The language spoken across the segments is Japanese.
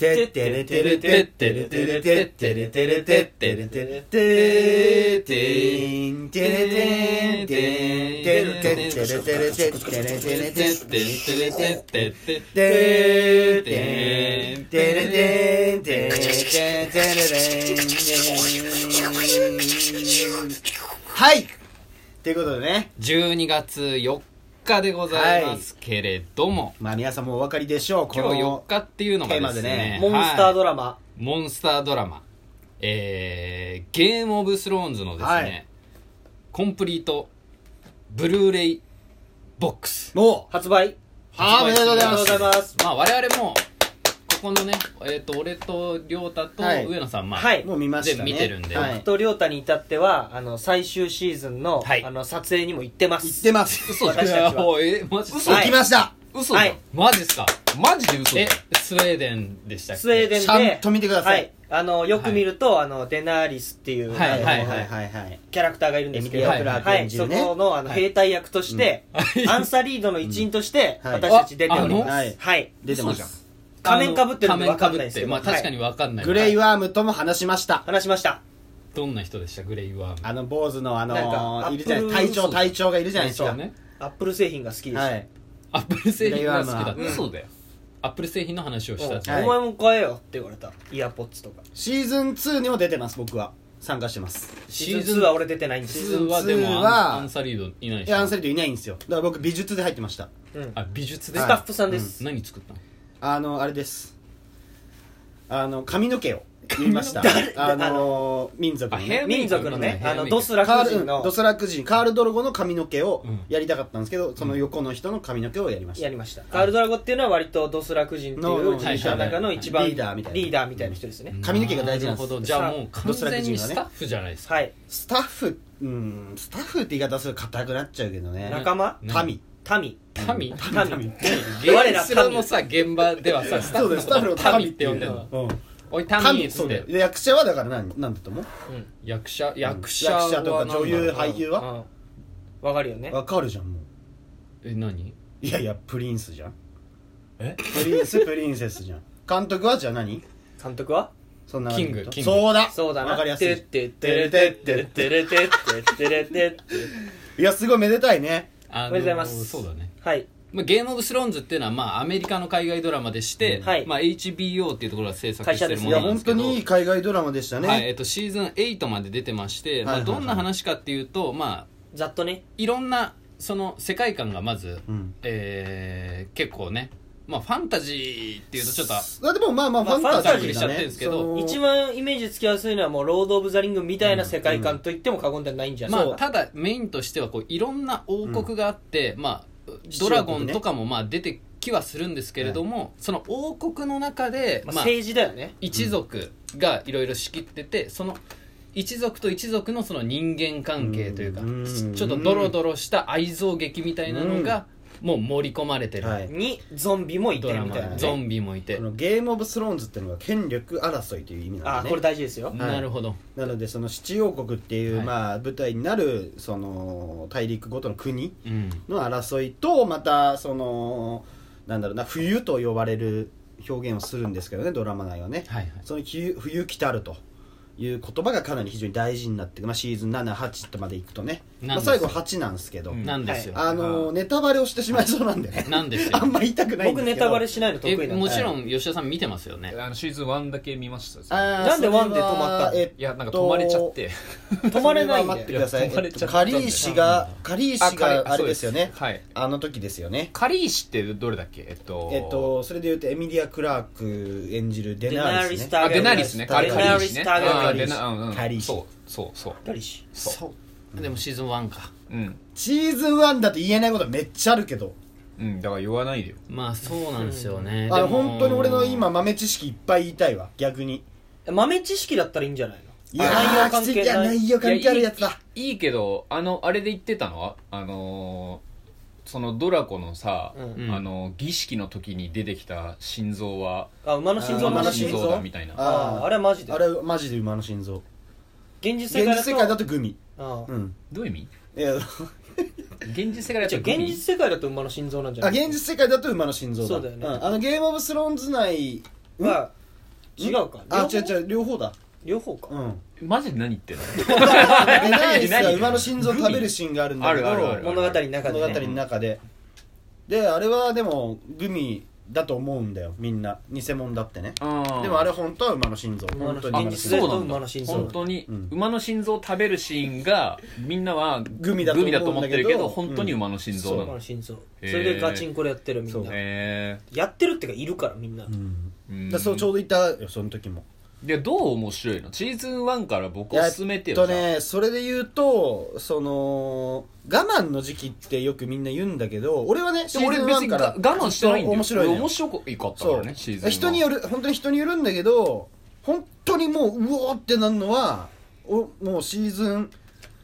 てってれてれてってれてれてってれてれてってれてれててんてれてんてんてれてってれてれてってれてれてってれてれてってれてんてれてんてんはいということでね、 12月4日でございますけれども、 まあ皆さんもお分かりでしょう。 今日4日っていうのがですね、 モンスタードラマ、 モンスタードラマ、ゲームオブスローンズのですね、コンプリートブルーレイボックスもう発売。 おめでとうございます。 まあ我々もここのね、俺と亮太と上野さん、まあ、 はい、 もう見ましたね。 全部見てるんで、 はい、 僕と亮太に至っては最終シーズンの、 はい、 撮影にも行ってます。 行ってます。 嘘私たちは。 マジ嘘、行きました。 嘘だ、 はい、 マジっすか。 マジで嘘だ。 スウェーデンでしたっけ。 スウェーデンでちゃんと見てください。 はい、よく見ると、デナーリスっていう、キャラクターがいるんですけど、 エミリア・クラーク演じるね、 そこの、兵隊役として、アンサリードの一員として、私たち出ております。はい。 出てます。 仮面かぶってるんで分かんないですけど、 まあ確かに分かんない。 グレイワームとも話しました。 話しました。 どんな人でしたグレイワーム。 坊主のいるじゃないですか、隊長がいるじゃないですか。 アップル製品が好きでした。 アップル製品が好きだ。 嘘だよ。 アップル製品の話をした。 お前も買えよって言われた。イヤーポッツとか。 シーズン2にも出てます。僕は参加してます。 シーズン2は俺出てないんです。 シーズンはでもアンサリードいないでしょ。 いや、アンサリードいないんですよ。だから僕美術で入ってました。 あ、美術でスタッフさんです。 何作ったの？あれです。髪の毛を言いました。民族のね、ドスラク人カール・ドラゴの髪の毛をやりたかったんですけど、その横の人の髪の毛をやりました。 カール・ドラゴっていうのは割とドスラク人っていう人種の中の一番リーダーみたいな人ですね。 髪の毛が大事なんです。 じゃあもう完全にスタッフじゃないですか。 スタッフって言い方すると硬くなっちゃうけどね。 仲間？ 民我ら民のさ、現場ではさ、スタッフの民って呼んでるの。おい、民っつって。 役者はだから何だと思う？ 役者とか女優俳優はわかるよね。 わかるじゃんもう。 何？ いやプリンスじゃん。プリンセスじゃん。監督はじゃあ何？ 監督はキング。 そうだな。 わかりやすい。いやすごいめでたいね。 おめでとうございます。 そうだね。 はい。 ゲームオブスローンズっていうのは、まあ、アメリカの海外ドラマでして、まあ、HBO っていうところが制作してるものなんですけど、 いや本当にいい海外ドラマでしたね。 はい、シーズン8まで出てまして、まあ、どんな話かっていうと、まあ、 ざっとね、 いろんなその世界観がまず、結構ね、まあ、ファンタジーっていうとちょっとでもまあファンタジーしちゃってるんですけど、 一番イメージつきやすいのはもうロード・オブ・ザ・リングみたいな世界観といっても過言ではないんじゃないですか。 まあ、ただメインとしてはこういろんな王国があって、まあドラゴンとかもまあ出てきはするんですけれども、その王国の中で、 まあ、政治だよね。 一族がいろいろ仕切ってて、その一族と一族のその人間関係というか、ちょっとドロドロした愛憎劇みたいなのがもう盛り込まれてる、 にゾンビもいてみたいな、 ゾンビもいて、 ゲームオブスローンズっていうのが権力争いという意味なんでね。 これ大事ですよ。 なるほど。 なのでその七王国っていう、まあ舞台になるその大陸ごとの国の争いと、またそのなんだろうな、冬と呼ばれる表現をするんですけどね、ドラマ内はね、その冬来たるという言葉がかなり非常に大事になって、まあ、シーズン7、8とまでいくとね、まあ、最後8なんですけど、 なんですよ、 ネタバレをしてしまいそうなんでね、 なんですよあんま言いたくないんですけど、 僕ネタバレしないの得意なんで。 もちろん吉田さん見てますよね。 シーズン1だけ見ました。 なんで1で止まった？ いやなんか止まれちゃって止まれないんで。 待ってください。カリー氏があれですよね、あの時ですよね。 カリー氏ってどれだっけ？ それでいうとエミリア・クラーク演じるデナーリスね。 デナリスね。カリー氏ね。 カリー氏。 そうカリー氏。 そう。 でもシーズン1か。 シーズン1だと言えないことめっちゃあるけど。 だから言わないでよ。 まあそうなんですよね。 本当に俺の今豆知識いっぱい言いたいわ、逆に。 豆知識だったらいいんじゃないの？ いや内容関係ない。内容関係あるやつだ。 いいけど、あれで言ってたのはそのドラコのさ、儀式の時に出てきた心臓は馬の心臓だみたいな。 あれはマジで。 あれマジで馬の心臓。 現実世界だとグミ。 どういう意味？ いや現実世界だと現実世界だと馬の心臓なんじゃない？ 現実世界だと馬の心臓だ。 そうだよね。 ゲームオブスローンズ内は違うか違う両方だ。 両方か、 マジで何言ってんの？ エナリスが馬の心臓を食べるシーンがあるんだけど、 物語の中で、ね、 物語の中で、であれはでもグミだと思うんだよ、みんな。偽物だってね。でもあれ本当は馬の心臓。本当にそうなんだ。本当に馬の心臓を食べるシーンがみんなはグミだと思ってるけど、本当に馬の心臓なの。 馬の心臓。それでガチンコでやってるみんな。やってるってかいるからみんな。 だそうちょうどいたよその時も。 でどう面白いの？シーズン1から僕を勧めてよ。 それで言うとその我慢の時期ってよくみんな言うんだけど、俺はねシーズン1から我慢してないんだよ。 面白いね。 面白かったからね。シーズン1 人による、本当に人によるんだけど、本当にもううおーってなるのはもうシーズン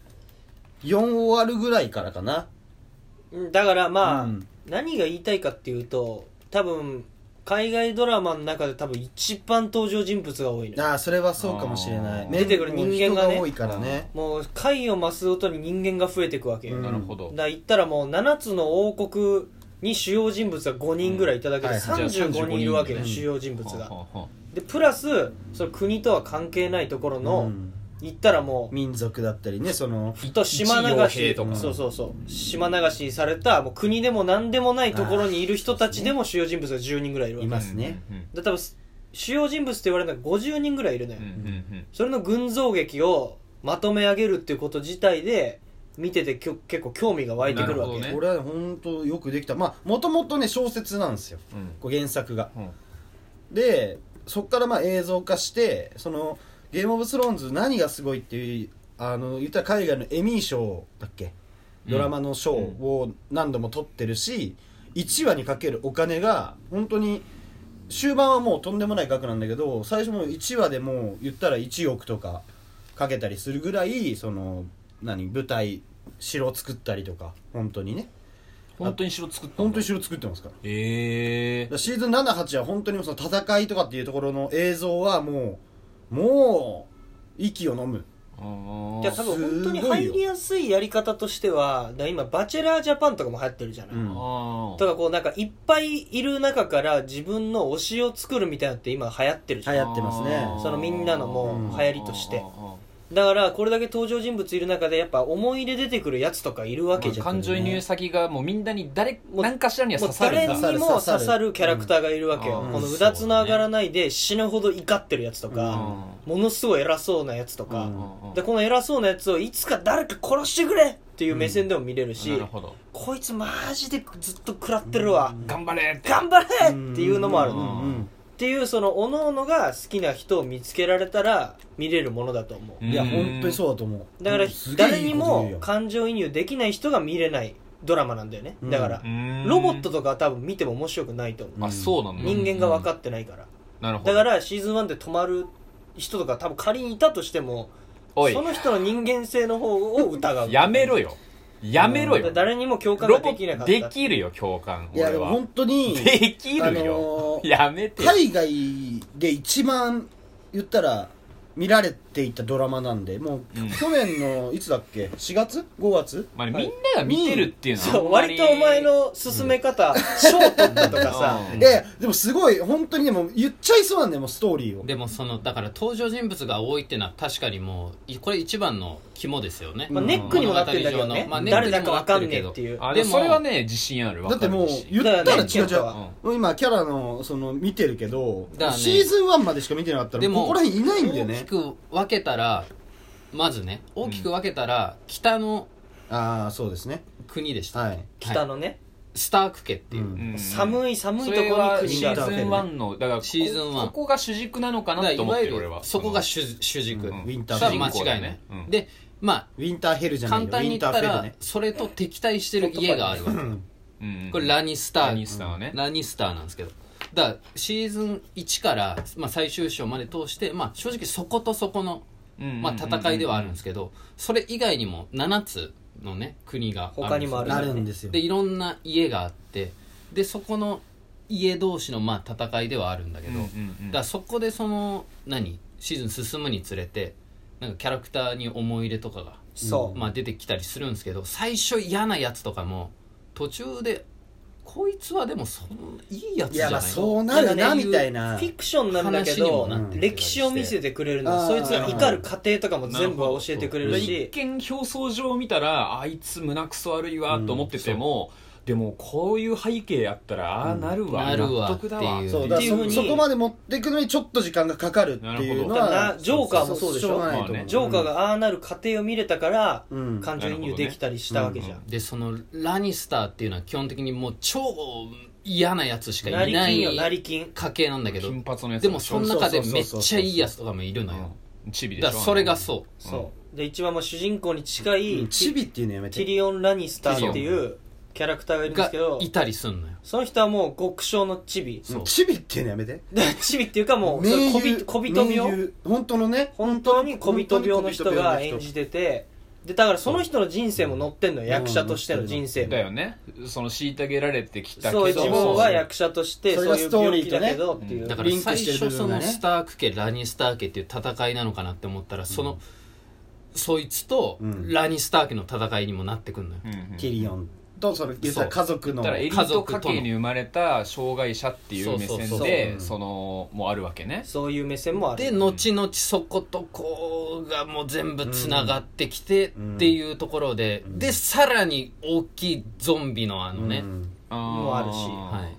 4終わるぐらいからかな。 だからまあ、何が言いたいかっていうと、多分海外ドラマの中で多分一番登場人物が多いの。 ああ、それはそうかもしれない。 出てくる人間がね、 人が多いからね。 もう回を増すごとに人間が増えていくわけよ。 なるほど。 だから言ったらもう7つの王国に主要人物が5人ぐらいいただけで35人いるわけよ、主要人物が。でプラスその国とは関係ないところの、言ったらもう民族だったりね、その島流しとか、そう島流しされたもう国でも何でもないところにいる人たちでも主要人物が10人ぐらいいるわけ。 いますね。 で多分主要人物って言われるのが50人ぐらいいるのよ。それの群像劇をまとめ上げるっていうこと自体で見てて結構興味が湧いてくるわけ。 これは本当よくできた。まあもともとね小説なんですよ、こう原作が。でそこからまあ映像化して、そのゲームオブスローンズ何がすごいっていう、言ったら海外のエミー賞だっけ、ドラマの賞を何度も取ってるし、1話にかけるお金が本当に終盤はもうとんでもない額なんだけど、最初の1話でもう言ったら1億とかかけたりするぐらい、その舞台城作ったりとか、本当にね、 本当に城作った本当に城作ってますから。 シーズン7、8は本当にその戦いとかっていうところの映像はもう息を飲む。 いや多分本当に入りやすいやり方としては、だ今バチェラージャパンとかも流行ってるじゃない、とかこうなんかいっぱいいる中から自分の推しを作るみたいなのって今流行ってるじゃん。 流行ってますね。 そのみんなのもう流行りとして、だからこれだけ登場人物いる中でやっぱ思い入れ出てくるやつとかいるわけじゃん。 感情移入先がもうみんなに何かしらには刺さる。 誰にも刺さるキャラクターがいるわけよ。このうだつの上がらないで死ぬほど怒ってるやつとか、ものすごい偉そうなやつとか、でこの偉そうなやつをいつか誰か殺してくれっていう目線でも見れるし、こいつマジでずっと食らってるわ、 頑張れっていうのもあるの。っていうその各々が好きな人を見つけられたら見れるものだと思う。 いや本当にそうだと思う。 だから誰にも感情移入できない人が見れないドラマなんだよね。だからロボットとかは多分見ても面白くないと思う。 あ、そうなの。 人間が分かってないから。 なるほど。 だからシーズン1で止まる人とか多分仮にいたとしても、その人の人間性の方を疑う。 やめろよ。 誰にも共感ができなかった。 できるよ共感。 いやでも本当にできるよ、やめて。 海外で一番言ったら見られていたドラマなんで、もう去年のいつだっけ、4月5月、 まあ、みんなが見てるっていうのはそう割とお前の進め方、賞取ったとかさ、 でもすごい本当にでも言っちゃいそうなんだよ、もうストーリーを。 でもだから登場人物が多いっていうのは確かにもうこれ一番の肝ですよね。 ネックにもなってるんだけどね、誰だか分かんねえっていう。 でもそれはね自信ある。 だってもう言ったら違う、今キャラのその見てるけど、シーズン1までしか見てなかったらここら辺いないんだよね。 大きく分けたら、まずね大きく分けたら、北のそうですね、 国でした、 北のね、 スターク家っていう、 寒いところに国がある。 シーズン1のだからシーズン1ここが主軸なのかなと思ってる。俺はそこが主軸、 ウィンター間違いない。でまあウィンターヘルじゃないよ、 簡単に言ったらそれと敵対してる家があるわけ。これラニスターなんですけど、だからシーズン1から、最終章まで通して、正直そことそこの、戦いではあるんですけど、それ以外にも7つのね国が他にもあるんですよ。 でいろんな家があって、でそこの家同士の戦いではあるんだけど、だからそこでそのシーズン進むにつれてなんかキャラクターに思い入れとかが出てきたりするんですけど、最初嫌なやつとかも途中でこいつはでもそんないいやつじゃないの。 いやまあそうなるなみたいなフィクションなんだけど歴史を見せてくれるの。そいつが怒る過程とかも全部教えてくれるし、 一見表層上見たらあいつ胸くそ悪いわと思ってても、でもこういう背景やったらああなるわ、納得だわっていう、そこまで持っていくのにちょっと時間がかかるっていうのはジョーカーもそうでしょ。ジョーカーがああなる過程を見れたから感情移入できたりしたわけじゃん。 でそのラニスターっていうのは基本的にもう超嫌なやつしかいない家系なんだけど、でもその中でめっちゃいいやつとかもいるのよ。チビでしょ。だからそれがそうで一番もう主人公に近いチビっていうのやめて、 ティリオン・ラニスターっていうキャラクターがいるんですけど、 いたりすんのよ。 その人はもう極小のチビ。 チビっていうのやめて。 チビっていうかもう小人病、 本当のね、 本当に小人病の人が演じてて、でだからその人の人生も載ってんのよ、役者としての人生も。 だよね。その虐げられてきたけど、 そう自分は役者としてそういう病気だけどっていう。 だから最初そのスターク家ラニスター家っていう戦いなのかなって思ったら、そいつとラニスター家の戦いにもなってくんのよ。 ティリオンとその家族の、 だからエリート家系に生まれた障害者っていう目線でもうあるわけね。 そういう目線もある。 で後々そことこうがもう全部つながってきてっていうところで、でさらに大きいゾンビのねもあるし、 はい、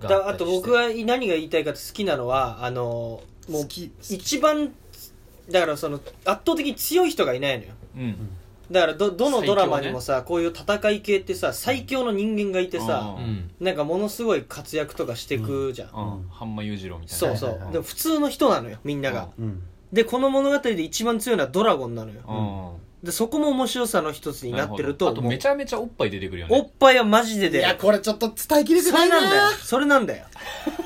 あと僕が何が言いたいかって好きなのはもう一番だからその圧倒的に強い人がいないのよ。だからどのドラマにもさ、こういう戦い系ってさ最強の人間がいてさ、なんかものすごい活躍とかしてくじゃん。 半間裕次郎みたいな。そうでも普通の人なのよみんなが。でこの物語で一番強いのはドラゴンなのよ。でそこも面白さの一つになってると。 あとめちゃめちゃおっぱい出てくるよね。 おっぱいはマジで出る。 いやこれちょっと伝えきれてないな。 それなんだよ